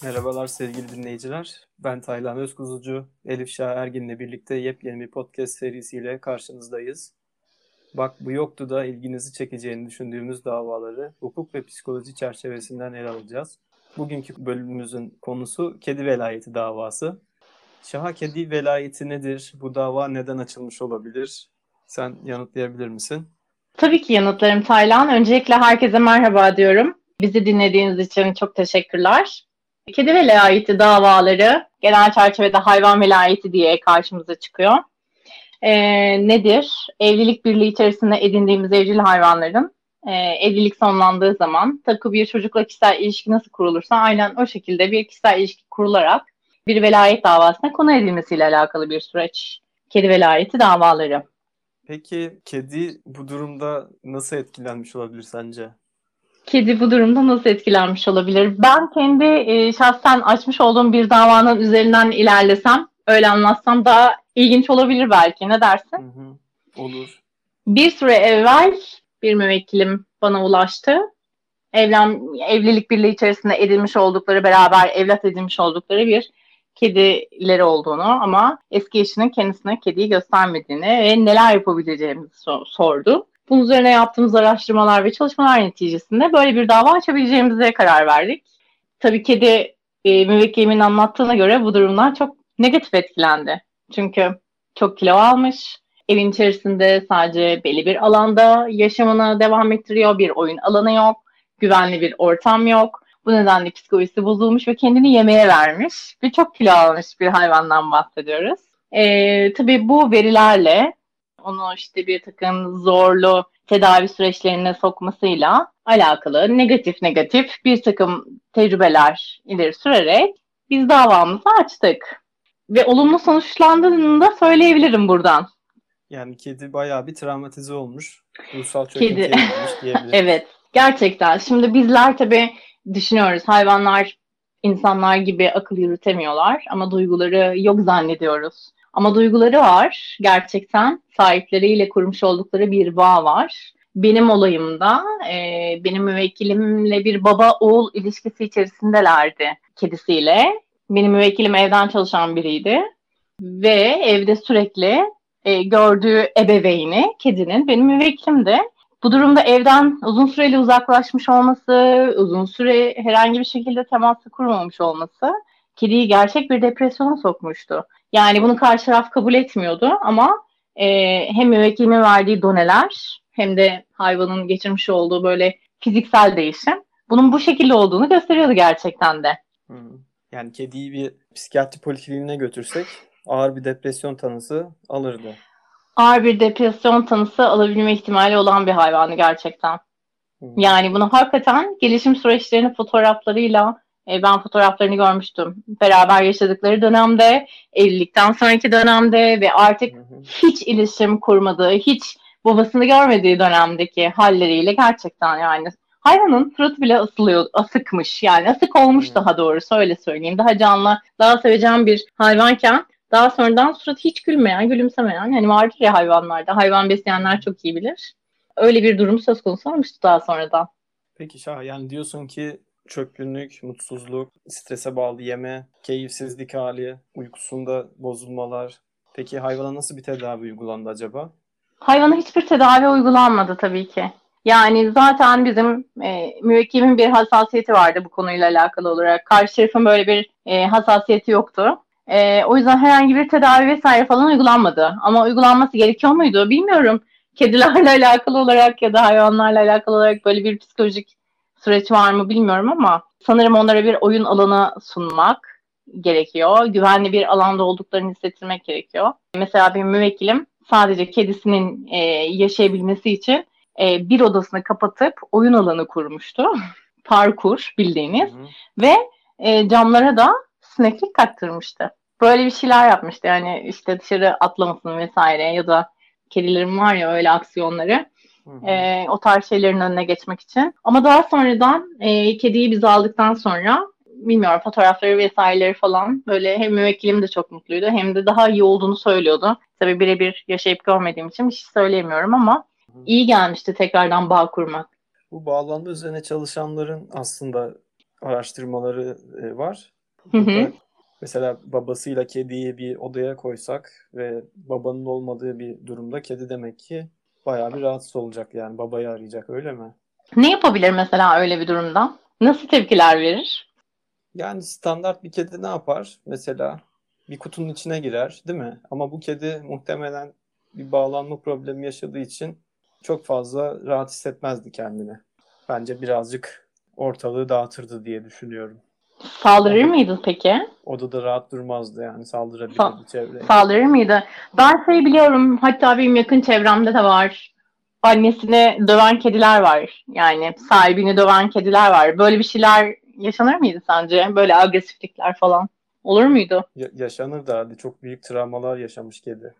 Merhabalar sevgili dinleyiciler. Ben Taylan Özkuzucu, Elif Şah Ergin'le birlikte yepyeni bir podcast serisiyle karşınızdayız. Bak bu yoktu da ilginizi çekeceğini düşündüğümüz davaları hukuk ve psikoloji çerçevesinden ele alacağız. Bugünkü bölümümüzün konusu kedi velayeti davası. Şah'a kedi velayeti nedir? Bu dava neden açılmış olabilir? Sen yanıtlayabilir misin? Tabii ki yanıtlarım Taylan. Öncelikle herkese merhaba diyorum. Bizi dinlediğiniz için çok teşekkürler. Kedi velayeti davaları genel çerçevede hayvan velayeti diye karşımıza çıkıyor. Nedir? Evlilik birliği içerisinde edindiğimiz evcil hayvanların evlilik sonlandığı zaman tıpkı bir çocukla kişisel ilişki nasıl kurulursa aynen o şekilde bir kişisel ilişki kurularak bir velayet davasına konu edilmesiyle alakalı bir süreç. Kedi velayeti davaları. Peki kedi bu durumda nasıl etkilenmiş olabilir sence? Kedi bu durumda nasıl etkilenmiş olabilir? Ben kendi şahsen açmış olduğum bir davanın üzerinden ilerlesem, öyle anlatsam daha ilginç olabilir belki. Ne dersin? Hı hı, olur. Bir süre evvel bir müvekkilim bana ulaştı. Evlilik birliği içerisinde edinmiş oldukları, beraber evlat edinmiş oldukları bir kedileri olduğunu ama eski eşinin kendisine kediyi göstermediğini ve neler yapabileceğimizi sordu. Bunun üzerine yaptığımız araştırmalar ve çalışmalar neticesinde böyle bir dava açabileceğimize karar verdik. Tabii kedi müvekkilimin anlattığına göre bu durumdan çok negatif etkilendi. Çünkü çok kilo almış, evin içerisinde sadece belli bir alanda yaşamını devam ettiriyor, bir oyun alanı yok, güvenli bir ortam yok. Bu nedenle psikolojisi bozulmuş ve kendini yemeğe vermiş ve çok kilo almış bir hayvandan bahsediyoruz. Tabii bu verilerle onu işte bir takım zorlu tedavi süreçlerine sokmasıyla alakalı negatif bir takım tecrübeler ileri sürerek biz davamızı açtık. Ve olumlu sonuçlandığını da söyleyebilirim buradan. Yani kedi bayağı bir travmatize olmuş. Ruhsal Kedi. çöküntüye girmiş diyebiliriz. Evet, gerçekten. Şimdi bizler tabii düşünüyoruz. Hayvanlar insanlar gibi akıl yürütemiyorlar ama duyguları yok zannediyoruz. Ama duyguları var. Gerçekten sahipleriyle kurmuş oldukları bir bağ var. Benim olayımda benim müvekkilimle bir baba oğul ilişkisi içerisindelerdi kedisiyle. Benim müvekkilim evden çalışan biriydi ve evde sürekli gördüğü ebeveyni kedinin benim müvekkilimdi. Bu durumda evden uzun süreli uzaklaşmış olması, uzun süre herhangi bir şekilde teması kurmamış olması kediyi gerçek bir depresyona sokmuştu. Yani bunu karşı taraf kabul etmiyordu ama hem müvekkilimin verdiği doneler hem de hayvanın geçirmiş olduğu böyle fiziksel değişim bunun bu şekilde olduğunu gösteriyordu gerçekten de. Hmm. Yani kediyi bir psikiyatri polikliniğine götürsek ağır bir depresyon tanısı alırdı. Ağır bir depresyon tanısı alabilme ihtimali olan bir hayvanı gerçekten. Hmm. Yani bunu hakikaten gelişim süreçlerinin fotoğraflarıyla ben fotoğraflarını görmüştüm. Beraber yaşadıkları dönemde, evlilikten sonraki dönemde ve artık Hı hı. hiç iletişim kurmadığı, hiç babasını görmediği dönemdeki halleriyle gerçekten yani hayvanın suratı bile asılıyor, asıkmış. Yani asık olmuş Hmm. daha doğrusu öyle söyleyeyim. Daha canlı, daha sevecen bir hayvanken daha sonradan suratı hiç gülmeyen, gülümsemeyen hani vardır ya hayvanlarda. Hayvan Hı besleyenler hı. çok iyi bilir. Öyle bir durum söz konusu olmuştu daha sonradan. Peki Şah, yani diyorsun ki çökkünlük, mutsuzluk, strese bağlı yeme, keyifsizlik hali, uykusunda bozulmalar. Peki hayvana nasıl bir tedavi uygulandı acaba? Hayvana hiçbir tedavi uygulanmadı tabii ki. Yani zaten bizim müvekkilimin bir hassasiyeti vardı bu konuyla alakalı olarak. Karşı tarafın böyle bir hassasiyeti yoktu. O yüzden herhangi bir tedavi vesaire falan uygulanmadı. Ama uygulanması gerekiyor muydu bilmiyorum. Kedilerle alakalı olarak ya da hayvanlarla alakalı olarak böyle bir psikolojik süreç var mı bilmiyorum ama sanırım onlara bir oyun alanı sunmak gerekiyor. Güvenli bir alanda olduklarını hissettirmek gerekiyor. Mesela bir müvekkilim sadece kedisinin yaşayabilmesi için bir odasını kapatıp oyun alanı kurmuştu. Parkur Hı bildiğiniz. hı. Ve camlara da sineklik kattırmıştı. Böyle bir şeyler yapmıştı. Yani işte dışarı atlamasın vesaire ya da kedilerim var ya öyle aksiyonları. Hı hı. O tarz şeylerin önüne geçmek için. Ama daha sonradan kediyi biz aldıktan sonra bilmiyorum fotoğrafları vesaireleri falan böyle hem müvekkilim de çok mutluydu hem de daha iyi olduğunu söylüyordu. Tabii birebir yaşayıp görmediğim için bir şey söyleyemiyorum ama Hı hı. iyi gelmişti tekrardan bağ kurmak. Bu bağlanma üzerine çalışanların aslında araştırmaları var. Hı hı. Burada mesela babasıyla kediyi bir odaya koysak ve babanın olmadığı bir durumda kedi demek ki bayağı bir rahatsız olacak, yani babayı arayacak, öyle mi? Ne yapabilir mesela öyle bir durumda? Nasıl tepkiler verir? Yani standart bir kedi ne yapar? Mesela bir kutunun içine girer, değil mi? Ama bu kedi muhtemelen bir bağlanma problemi yaşadığı için çok fazla rahat hissetmezdi kendini. Bence birazcık ortalığı dağıtırdı diye düşünüyorum. Saldırır Odada, mıydı peki? odada rahat durmazdı, yani Sa- saldırabilirdi çevreye. Saldırır mıydı? Ben şey biliyorum, hatta benim yakın çevremde de var. Annesini döven kediler var. Yani sahibini döven kediler var. Böyle bir şeyler yaşanır mıydı sence? Böyle agresiflikler falan. Olur muydu? Yaşanır da hadi, çok büyük travmalar yaşamış kedi.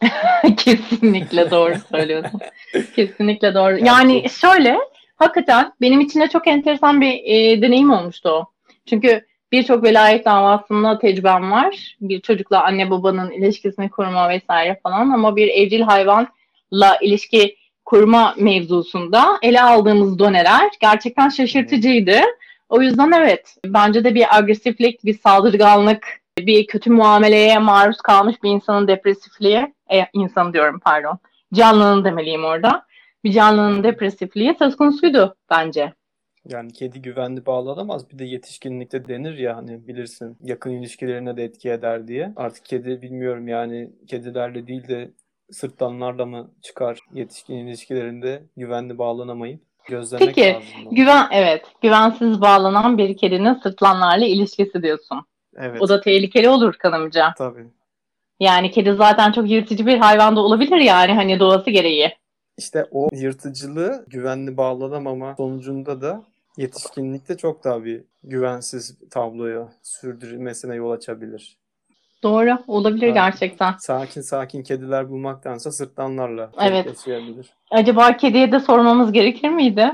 Kesinlikle doğru söylüyorsun. Kesinlikle doğru. Yani Yani kedi, şöyle, hakikaten benim için de çok enteresan bir deneyim olmuştu o. Çünkü birçok velayet davasında tecrübem var. Bir çocukla anne babanın ilişkisini kurma vesaire falan, ama bir evcil hayvanla ilişki kurma mevzusunda ele aldığımız doneler gerçekten hı hı. şaşırtıcıydı. O yüzden evet, bence de bir agresiflik, bir saldırganlık, bir kötü muameleye maruz kalmış bir insanın depresifliği, insan diyorum pardon, canlının demeliyim orada. Bir canlının Yani, depresifliği söz konusuydu bence. yani kedi güvenli bağlanamaz. Bir de yetişkinlikte denir ya, hani bilirsin, yakın ilişkilerine de etki eder diye. Artık kedi bilmiyorum, yani kedilerle değil de sırtlanlarla mı çıkar yetişkin ilişkilerinde güvenli bağlanamayıp, gözlemek Peki, lazım bunu. evet, güvensiz bağlanan bir kedinin sırtlanlarla ilişkisi diyorsun. O Evet, da tehlikeli olur kanımca. tabii. Yani kedi zaten çok yırtıcı bir hayvan da olabilir, yani hani doğası gereği. İşte o yırtıcılığı güvenli bağlanamama sonucunda da yetişkinlikte çok daha bir güvensiz tabloya sürdürülmesine yol açabilir. Doğru, olabilir Ha, gerçekten. sakin sakin kediler bulmaktansa sırtlanlarla tek Evet. yaşayabilir. Acaba kediye de sormamız gerekir miydi?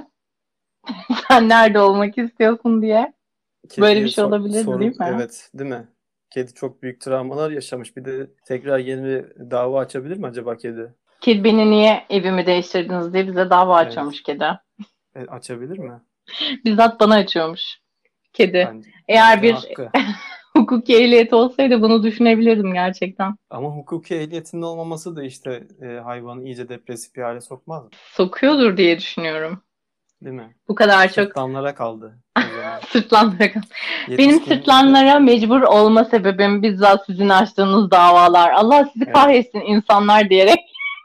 Sen nerede olmak istiyorsun diye. Böyle bir Kediye şey olabilirdi değil sorup, mi? evet, değil mi? Kedi çok büyük travmalar yaşamış. Bir de tekrar yeni bir dava açabilir mi acaba kedi? Kedi beni niye evimi değiştirdiniz diye bize dava Evet. açıyormuş kedi. Açabilir mi? Bizzat bana açıyormuş kedi. Eğer Bence bir hakkı. hukuki ehliyet olsaydı bunu düşünebilirdim gerçekten. Ama hukuki ehliyetinin olmaması da işte hayvanı iyice depresif bir hale sokmaz mı? Sokuyordur diye düşünüyorum. Değil mi? Bu kadar çok Sırtlanlara kaldı o zaman. sırtlanlara. Benim Yetişkinlikte, sırtlanlara mecbur olma sebebim bizzat sizin açtığınız davalar. Allah sizi evet, kahretsin insanlar diyerek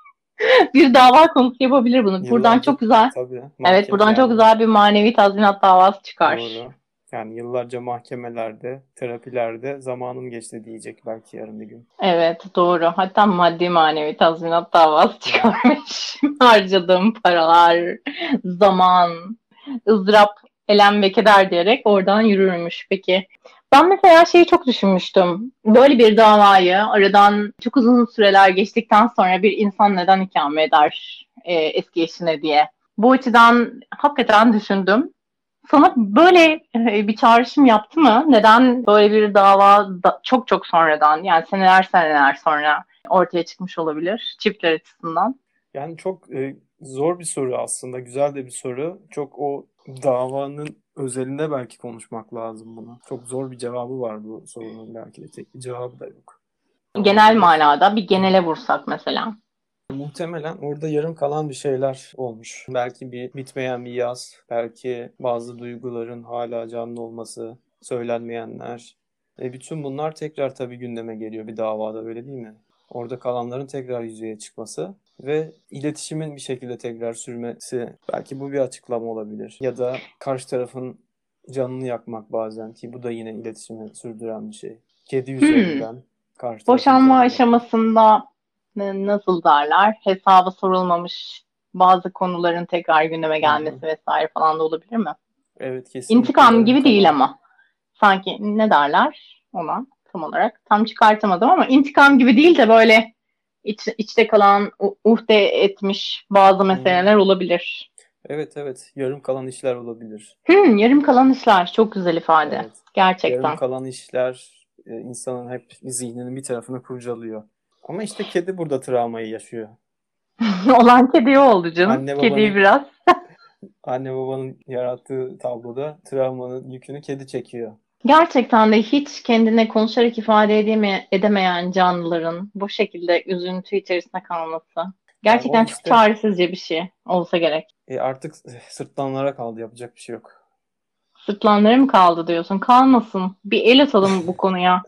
bir dava konusu yapabilir bunu. Buradan yıllarca, çok güzel, tabii, evet, buradan çok yani güzel bir manevi tazminat davası çıkar. doğru. Yani yıllarca mahkemelerde, terapilerde zamanım geçti diyecek belki yarın bir gün. Evet, doğru. Hatta maddi manevi tazminat davası Yani çıkarmış. Harcadığım paralar, zaman, ızdırap, elem ve keder diyerek oradan yürürmüş. Peki. Ben mesela şeyi çok düşünmüştüm. Böyle bir davayı aradan çok uzun süreler geçtikten sonra bir insan neden ikame eder eski eşine diye. Bu açıdan hakikaten düşündüm. Sana böyle bir çağrışım yaptı mı? Neden böyle bir dava çok çok sonradan, yani seneler seneler sonra ortaya çıkmış olabilir çiftler açısından? Yani çok zor bir soru aslında, güzel de bir soru. Çok o davanın özelinde belki konuşmak lazım bunu. Çok zor bir cevabı var bu sorunun, belki de tek bir cevabı da yok. Ne Genel olabilir? manada bir genele vursak mesela. Muhtemelen orada yarım kalan bir şeyler olmuş. Belki bir bitmeyen bir yaz, belki bazı duyguların hala canlı olması, söylenmeyenler. Bütün bunlar tekrar tabii gündeme geliyor bir davada, öyle değil mi? Orada kalanların tekrar yüzeye çıkması ve iletişimin bir şekilde tekrar sürmesi. Belki bu bir açıklama olabilir. Ya da karşı tarafın canını yakmak bazen, ki bu da yine iletişimi sürdüren bir şey. Kedi Hmm. üzerinden karşı tarafın Boşanma canını yakmak. aşamasında nasıl derler? Hesaba sorulmamış bazı konuların tekrar gündeme Hı hı. gelmesi vesaire falan da olabilir mi? Evet, kesinlikle İntikam yarım gibi değil kalan. ama. Sanki ne derler ona tam olarak? Tam çıkartamadım ama intikam gibi değil de böyle içte kalan, uhde etmiş bazı Hı hı. meseleler olabilir. Evet, evet, yarım kalan işler olabilir. Yarım kalan işler. Çok güzel ifade. Evet. Yarım Gerçekten. kalan işler insanın hep zihninin bir tarafını kurcalıyor. Ama işte kedi burada travmayı yaşıyor. Olan kedi oldu canım. Anne Kediyi babanın biraz. anne babanın yarattığı tabloda travmanın yükünü kedi çekiyor. Gerçekten de hiç kendine konuşarak ifade edemeyen canlıların bu şekilde üzüntü içerisinde kalması. Yani o Gerçekten çok işte çaresizce bir şey olsa gerek. artık sırtlanlara kaldı, yapacak bir şey yok. Sırtlanlara mı kaldı diyorsun? Kalmasın. Bir el atalım bu konuya.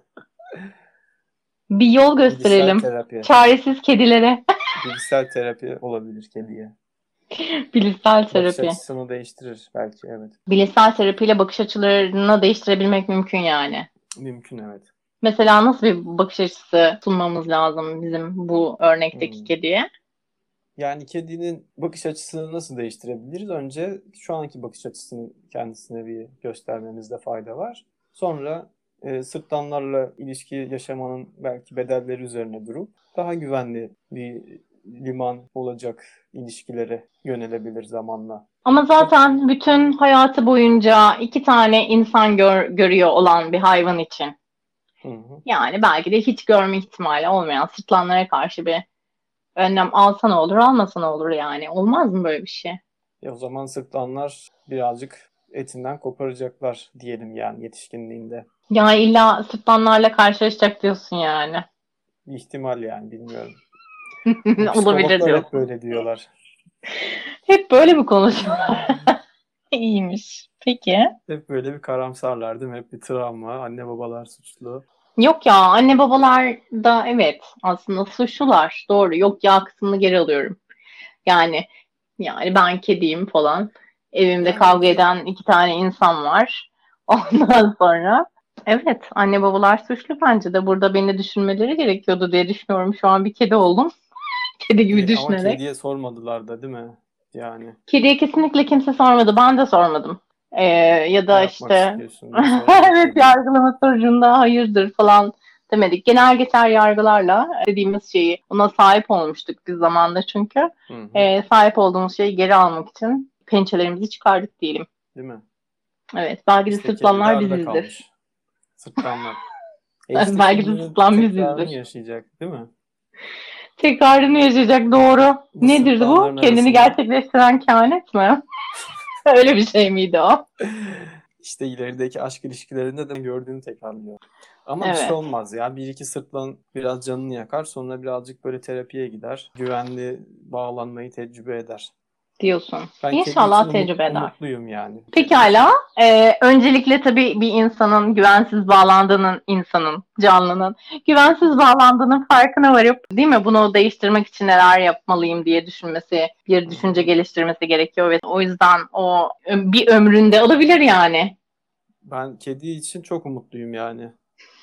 Bir yol Bilişsel gösterelim. terapi. Çaresiz kedilere. Bilişsel terapi olabilir kediye. Bilişsel Bakış terapi. açısını değiştirir belki, evet. Bilişsel terapiyle bakış açılarını değiştirebilmek mümkün yani. Mümkün, evet. Mesela nasıl bir bakış açısı sunmamız lazım bizim bu örnekteki Hmm. kediye? Yani kedinin bakış açısını nasıl değiştirebiliriz? Önce şu anki bakış açısını kendisine bir göstermemizde fayda var. Sonra sırtlanlarla ilişki yaşamanın belki bedelleri üzerine durup daha güvenli bir liman olacak ilişkilere yönelebilir zamanla. Ama Tabii. zaten bütün hayatı boyunca iki tane insan görüyor olan bir hayvan için. Hı hı. Yani belki de hiç görme ihtimali olmayan sırtlanlara karşı bir önlem alsa ne olur, almasa ne olur yani. Olmaz mı böyle bir şey? O zaman sırtlanlar birazcık etinden koparacaklar diyelim yani yetişkinliğinde. Yani illa sırtlanlarla karşılaşacak diyorsun yani. Bir ihtimal yani, bilmiyorum. Olabilir Psikologlar hep diyorsun. böyle diyorlar. Hep böyle mi konuşuyorlar? İyiymiş. Peki. Hep böyle bir karamsarlar değil mi? Hep bir travma, anne babalar suçlu. Yok ya anne babalar da evet aslında suçlular. Doğru. Yok ya kısmını geri alıyorum. Yani ben kediyim falan. Evimde Yani kavga peki, eden iki tane insan var. Ondan sonra evet anne babalar suçlu bence de burada beni düşünmeleri gerekiyordu diye düşünüyorum. Şu an bir kedi oldum. Kedi gibi ama düşünerek. kediye sormadılar da değil mi? Yani Kediye kesinlikle kimse sormadı. Ben de sormadım. Ya ne da yapmak işte istiyorsun diye sormadı evet kediye. yargılama sonucunda hayırdır falan demedik. Genel geçer yargılarla dediğimiz şeyi ona sahip olmuştuk bir zamanda çünkü. Hı hı, Sahip olduğumuz şeyi geri almak için pençelerimizi çıkardık diyelim. değil mi? Evet, belki de İşte sırtlanlar kediler de bizizdir. kalmış. Sırtlanlar. İşte Belki de şimdi sırtlan tekrarını bizizdir. yaşayacak değil mi? Tekrarını yaşayacak doğru. Bu Nedir bu? sırtlanların Kendini arasında. gerçekleştiren kehanet mi? Öyle bir şey miydi o? İşte ilerideki aşk ilişkilerinde de gördüğünü tekrarlıyor. Ama bir şey Evet. olmaz ya. Bir iki sırtlan biraz canını yakar. Sonra birazcık böyle terapiye gider. Güvenli bağlanmayı tecrübe eder. Diyorsun. Ben kedi için İnşallah tecrübe eder. umutluyum yani kedi için. Pekala. Öncelikle tabii bir insanın güvensiz bağlandığının, insanın, canlının güvensiz bağlandığının farkına varıp değil mi bunu değiştirmek için neler yapmalıyım diye düşünmesi, bir Hı düşünce hı. geliştirmesi gerekiyor ve o yüzden o bir ömründe alabilir yani. Ben kedi için çok umutluyum yani.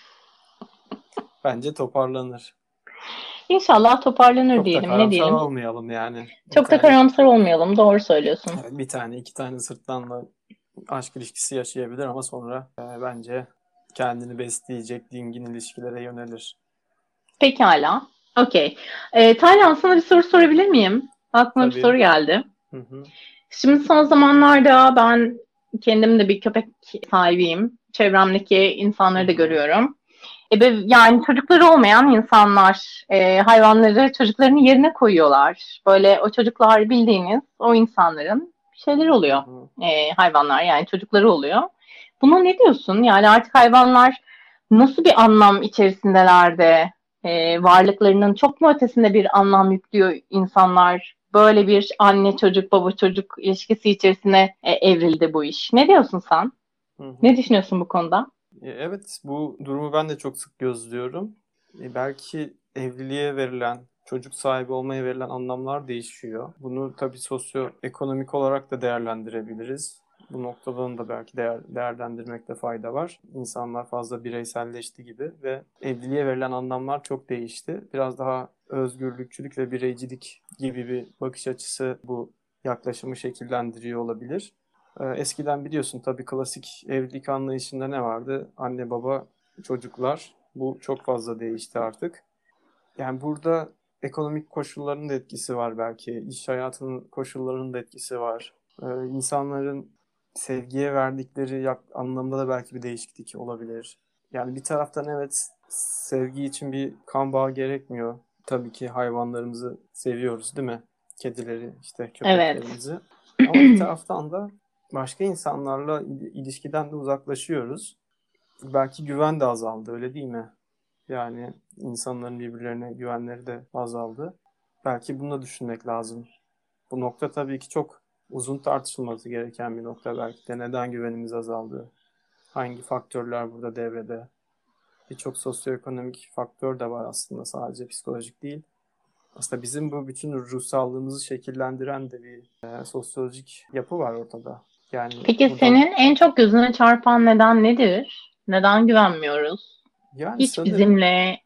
Bence toparlanır. İnşallah toparlanır Çok da diyelim. Ne karamsar diyelim? olmayalım yani. Bir Çok da tane, karamsar olmayalım. Doğru söylüyorsun. evet, bir tane iki tane sırtlanla aşk ilişkisi yaşayabilir ama sonra bence kendini besleyecek dingin ilişkilere yönelir. Pekala. Okey. Taylan sana bir soru sorabilir miyim? Aklıma bir Tabii. soru geldi. Hı hı. Şimdi son zamanlarda ben kendim de bir köpek sahibiyim. Çevremdeki Hı insanları da hı. görüyorum. Yani çocukları olmayan insanlar hayvanları çocuklarının yerine koyuyorlar. Böyle o çocuklar bildiğiniz o insanların şeyleri Hı oluyor. hı. Hayvanlar yani çocukları oluyor. Buna ne diyorsun? Yani artık hayvanlar nasıl bir anlam içerisindeler de varlıklarının çok mu ötesinde bir anlam yüklüyor insanlar? Böyle bir anne çocuk baba çocuk ilişkisi içerisine evrildi bu iş. Ne diyorsun sen? Hı Ne hı. düşünüyorsun bu konuda? Evet, bu durumu ben de çok sık gözlüyorum. Belki evliliğe verilen, çocuk sahibi olmaya verilen anlamlar değişiyor. Bunu tabii sosyoekonomik olarak da değerlendirebiliriz. Bu noktadan da belki değerlendirmekte fayda var. İnsanlar fazla bireyselleşti gibi ve evliliğe verilen anlamlar çok değişti. Biraz daha özgürlükçülük ve bireycilik gibi bir bakış açısı bu yaklaşımı şekillendiriyor olabilir. Eskiden biliyorsun tabii klasik evlilik anlayışında ne vardı? Anne baba çocuklar. Bu çok fazla değişti artık. Yani burada ekonomik koşulların da etkisi var belki. İş hayatının koşullarının da etkisi var. İnsanların sevgiye verdikleri anlamda da belki bir değişiklik olabilir. Yani bir taraftan evet, sevgi için bir kan bağı gerekmiyor. Tabii ki hayvanlarımızı seviyoruz değil mi? Kedileri, işte Evet. köpeklerimizi. Ama bir taraftan da başka insanlarla ilişkiden de uzaklaşıyoruz. belki güven de azaldı, öyle değil mi? Yani insanların birbirlerine güvenleri de azaldı. Belki bunu da düşünmek lazım. Bu nokta tabii ki çok uzun tartışılması gereken bir nokta belki de. Neden güvenimiz azaldı? Hangi faktörler burada devrede? Birçok sosyoekonomik faktör de var aslında, sadece psikolojik değil. Aslında bizim bu bütün ruh sağlığımızı şekillendiren de bir sosyolojik yapı var ortada. Yani Peki buradan, senin en çok gözüne çarpan neden nedir? Neden güvenmiyoruz? yani Hiç sanırım, bizimle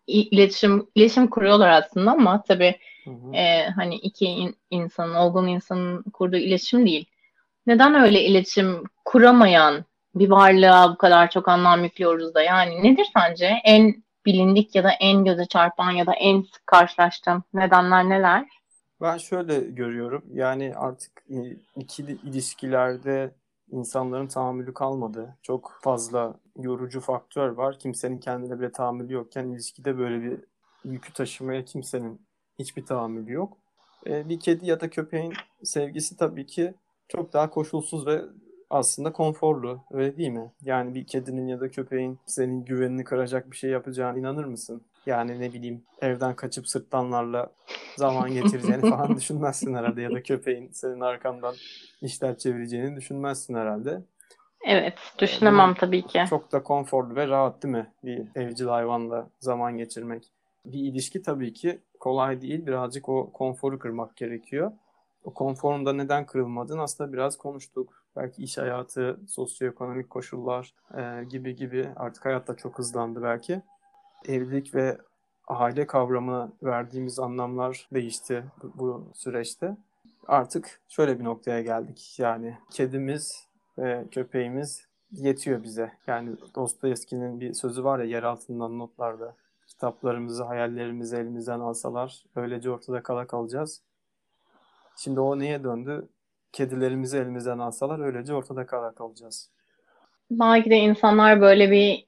iletişim kuruyorlar aslında ama tabii hı hı. hani insanın, olgun insanın kurduğu iletişim değil. Neden öyle iletişim kuramayan bir varlığa bu kadar çok anlam yüklüyoruz da? Yani nedir sence en bilindik ya da en göze çarpan ya da en sık karşılaştığın nedenler neler? Ben şöyle görüyorum. Yani artık ikili ilişkilerde insanların tahammülü kalmadı. Çok fazla yorucu faktör var. Kimsenin kendine bile tahammülü yokken ilişkide böyle bir yükü taşımaya kimsenin hiçbir tahammülü yok. Bir kedi ya da köpeğin sevgisi tabii ki çok daha koşulsuz ve aslında konforlu. Öyle değil mi? Yani bir kedinin ya da köpeğin senin güvenini kıracak bir şey yapacağına inanır mısın? Yani ne bileyim, evden kaçıp sırtlanlarla zaman geçireceğini falan düşünmezsin herhalde, ya da köpeğin senin arkandan işler çevireceğini düşünmezsin herhalde. Evet, düşünemem Bunun tabii ki. çok da konforlu ve rahat değil mi? Bir evcil hayvanla zaman geçirmek. Bir ilişki tabii ki kolay değil. Birazcık o konforu kırmak gerekiyor. O konforun da neden kırılmadığını aslında biraz konuştuk. Belki iş hayatı, sosyoekonomik koşullar gibi gibi, artık hayat da çok hızlandı belki. Evlilik ve aile kavramına verdiğimiz anlamlar değişti bu süreçte. Artık şöyle bir noktaya geldik. Yani kedimiz ve köpeğimiz yetiyor bize. Yani Dostoyevski'nin bir sözü var ya, yer altından notlarda. Kitaplarımızı, hayallerimizi elimizden alsalar öylece ortada kala kalacağız. Şimdi o neye döndü? Kedilerimizi elimizden alsalar öylece ortada kala kalacağız. Belki de insanlar böyle bir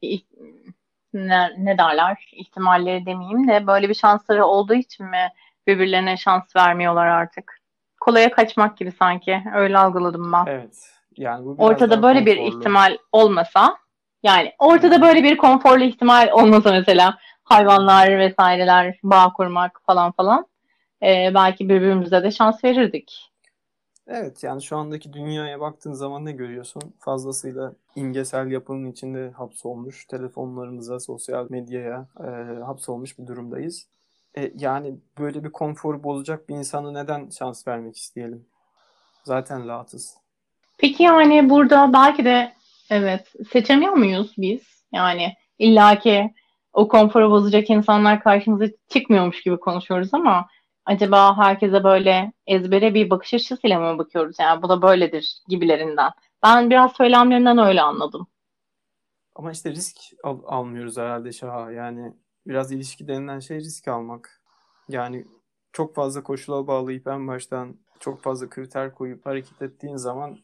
ne derler, ihtimalleri demeyeyim de böyle bir şansları olduğu için mi birbirlerine şans vermiyorlar artık? Kolaya kaçmak gibi sanki. Öyle algıladım ben. Evet. Yani bu biraz Ortada daha böyle bir konforlu. ihtimal olmasa, yani Hı ortada hı. böyle bir konforlu ihtimal olmasa mesela hayvanlar vesaireler bağ kurmak falan falan belki birbirimize de şans verirdik. Evet, yani şu andaki dünyaya baktığın zaman ne görüyorsun? Fazlasıyla imgesel yapının içinde hapsolmuş, telefonlarımıza, sosyal medyaya hapsolmuş bir durumdayız. Yani böyle bir konforu bozacak bir insana neden şans vermek isteyelim? Zaten rahatız. Peki yani burada belki de evet seçemiyor muyuz biz? Yani illaki o konforu bozacak insanlar karşımıza çıkmıyormuş gibi konuşuyoruz ama acaba herkese böyle ezbere bir bakış açısıyla mı bakıyoruz? Yani bu da böyledir gibilerinden. Ben biraz söylemlerinden öyle anladım. Ama işte risk almıyoruz herhalde Şaha. Yani biraz ilişki denilen şey risk almak. Yani çok fazla koşula bağlayıp en baştan çok fazla kriter koyup hareket ettiğin zaman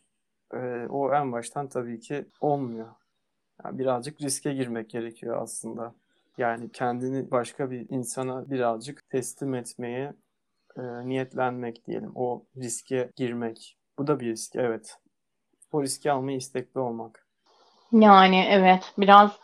o en baştan tabii ki olmuyor. Yani birazcık riske girmek gerekiyor aslında. Yani kendini başka bir insana birazcık teslim etmeye niyetlenmek diyelim. O riske girmek. Bu da bir risk, evet. O riski almaya istekli olmak. Yani evet biraz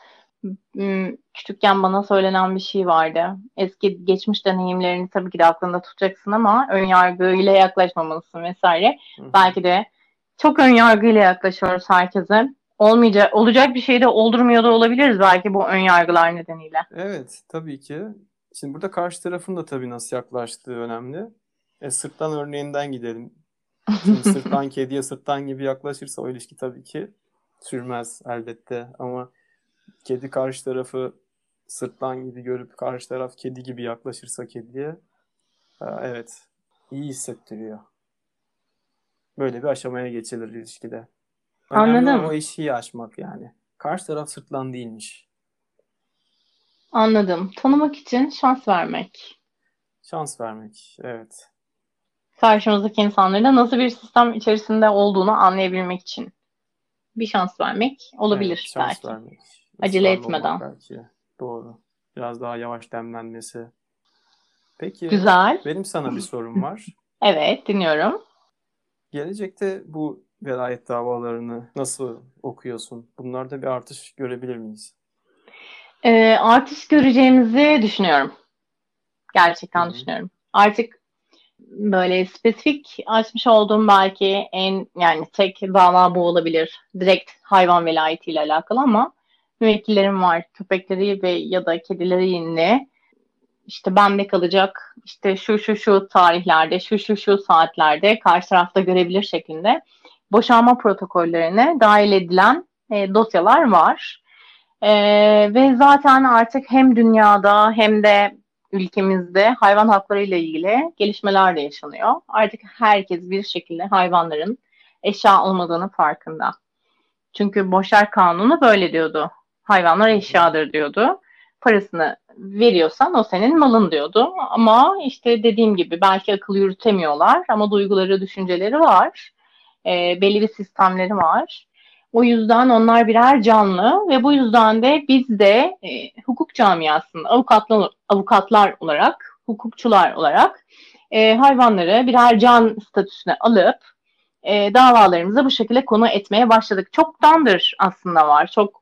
küçükken bana söylenen bir şey vardı. Eski geçmiş deneyimlerini tabii ki de aklında tutacaksın ama ön yargıyla yaklaşmamalısın vesaire. Hı hı. Belki de çok ön yargıyla yaklaşıyoruz herkese. Olacak bir şeyi de oldurmuyor da olabiliriz belki bu ön yargılar nedeniyle. Evet, tabii ki. Şimdi burada karşı tarafın da tabii nasıl yaklaştığı önemli. Sırttan örneğinden gidelim. Şimdi sırttan kediye sırttan gibi yaklaşırsa o ilişki tabii ki sürmez elbette. Ama kedi karşı tarafı sırtlan gibi görüp karşı taraf kedi gibi yaklaşırsa kediye, evet, iyi hissettiriyor. Böyle bir aşamaya geçilir ilişkide. Önemli olan o Anladım. eşiği aşmak yani. Karşı taraf sırtlan değilmiş. Anladım. Tanımak için şans vermek. Şans vermek. Evet. Karşımızdaki insanların da nasıl bir sistem içerisinde olduğunu anlayabilmek için bir şans vermek Evet. olabilir Şans belki. vermek. Acele Israrlı olmak etmeden. belki. Doğru. Biraz daha yavaş demlenmesi. Peki Güzel. benim sana bir sorum var. Evet, dinliyorum. Gelecekte bu velayet davalarını nasıl okuyorsun? Bunlarda bir artış görebilir miyiz? Artış göreceğimizi düşünüyorum. Hı Gerçekten hı. düşünüyorum. Artık böyle spesifik açmış olduğum belki yani tek dava bu olabilir. Direkt hayvan velayetiyle alakalı ama müvekkillerim var. Köpekleri ve ya da kedileri yine işte bende kalacak, işte şu tarihlerde, şu saatlerde karşı tarafta görebilir şeklinde boşanma protokollerine dahil edilen dosyalar var. Ve zaten artık hem dünyada hem de ülkemizde hayvan hakları ile ilgili gelişmeler de yaşanıyor. Artık herkes bir şekilde hayvanların eşya olmadığını farkında. Çünkü Boşer Kanunu böyle diyordu. Hayvanlar Hı hı. eşyadır diyordu. Parasını veriyorsan o senin malın diyordu. Ama işte dediğim gibi belki akıl yürütemiyorlar ama duyguları, düşünceleri var. Belli bir sistemleri var. O yüzden onlar birer canlı ve bu yüzden de biz de hukuk camiasında avukatlar olarak, hukukçular olarak hayvanları birer can statüsüne alıp davalarımıza bu şekilde konu etmeye başladık. Çoktandır aslında var. Çok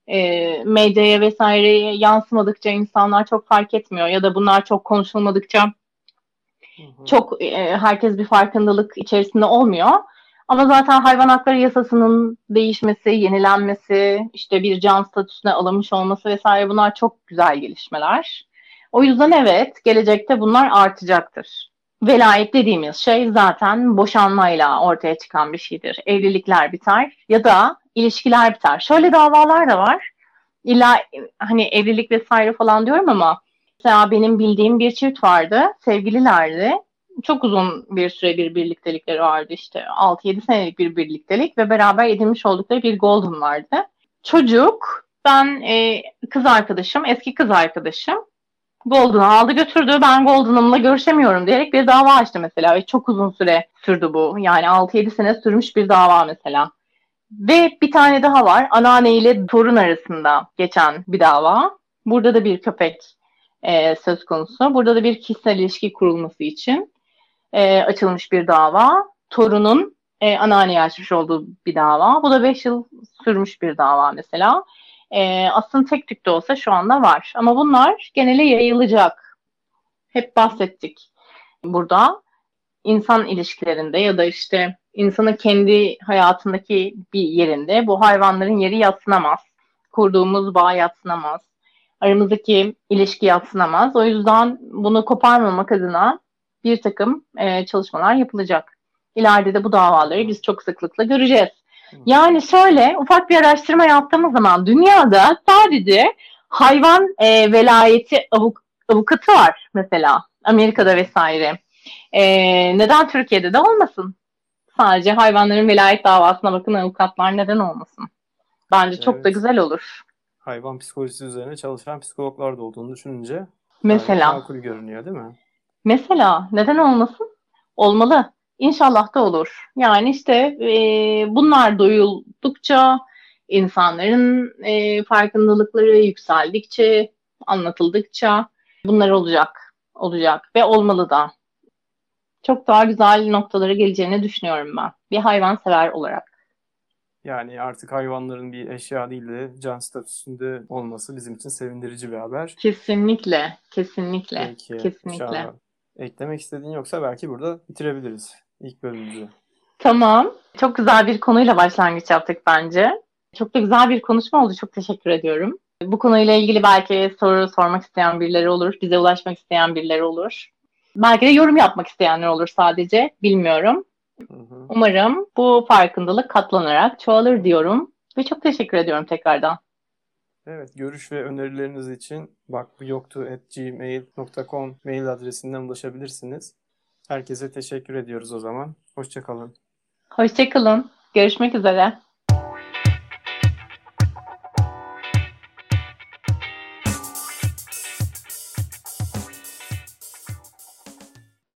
medyaya vesaireye yansımadıkça insanlar çok fark etmiyor ya da bunlar çok konuşulmadıkça Hı hı. çok herkes bir farkındalık içerisinde olmuyor. Ama zaten hayvan hakları yasasının değişmesi, yenilenmesi, işte bir can statüsüne alınmış olması vesaire bunlar çok güzel gelişmeler. O yüzden evet, gelecekte bunlar artacaktır. Velayet dediğimiz şey zaten boşanmayla ortaya çıkan bir şeydir. Evlilikler biter ya da ilişkiler biter. Şöyle davalar da var. İlla hani evlilik vesaire falan diyorum ama mesela benim bildiğim bir çift vardı. Sevgililerdi. Çok uzun bir süre bir birliktelikleri vardı işte. 6-7 senelik bir birliktelik ve beraber edinmiş oldukları bir golden vardı. Çocuk, ben kız arkadaşım, eski kız arkadaşım Golden'ı aldı götürdü. Ben Golden'ımla görüşemiyorum diyerek bir dava açtı mesela. Ve çok uzun süre sürdü bu. Yani 6-7 sene sürmüş bir dava mesela. Ve bir tane daha var. Anneanne ile torun arasında geçen bir dava. Burada da bir köpek söz konusu. Burada da bir kişisel ilişki kurulması için açılmış bir dava. Torunun anneanneye açmış olduğu bir dava. Bu da 5 yıl sürmüş bir dava mesela. Aslında tek tük de olsa şu anda var. Ama bunlar genele yayılacak. Hep bahsettik burada insan ilişkilerinde ya da işte insanın kendi hayatındaki bir yerinde bu hayvanların yeri yadsınamaz. Kurduğumuz bağ yadsınamaz. Aramızdaki ilişki yadsınamaz. O yüzden bunu koparmamak adına bir takım çalışmalar yapılacak. İleride de bu Hı davaları hı. biz çok sıklıkla göreceğiz. Hı hı. Yani şöyle ufak bir araştırma yaptığımız zaman dünyada sadece hayvan velayeti avukatı var mesela Hı Amerika'da hı. vesaire. Neden Türkiye'de de olmasın? Sadece hayvanların velayet davasına bakın avukatlar neden olmasın? Bence çok da Evet. güzel olur. Hayvan psikolojisi üzerine çalışan psikologlar da olduğunu düşününce gayet Mesela, makul görünüyor, değil mi? mesela neden olmasın? Olmalı. İnşallah da olur. Yani işte bunlar duyuldukça, insanların farkındalıkları yükseldikçe, anlatıldıkça bunlar olacak, olacak ve olmalı da. Çok daha güzel noktalara geleceğini düşünüyorum ben. Bir hayvansever olarak. Yani artık hayvanların bir eşya değil de can statüsünde olması bizim için sevindirici bir haber. Kesinlikle, kesinlikle, Peki, kesinlikle. Uşağı, eklemek istediğin yoksa belki burada bitirebiliriz ilk bölümümüzü. Tamam. Çok güzel bir konuyla başlangıç yaptık bence. Çok da güzel bir konuşma oldu. Çok teşekkür ediyorum. Bu konuyla ilgili belki soru sormak isteyen birileri olur. Bize ulaşmak isteyen birileri olur. Belki de yorum yapmak isteyenler olur sadece. Bilmiyorum. Hı hı. Umarım bu farkındalık katlanarak çoğalır diyorum. Ve çok teşekkür ediyorum tekrardan. Evet, görüş ve önerileriniz için bak bu yoktu @gmail.com mail adresinden ulaşabilirsiniz. Herkese teşekkür ediyoruz o zaman. Hoşça kalın. Hoşçakalın. Görüşmek üzere.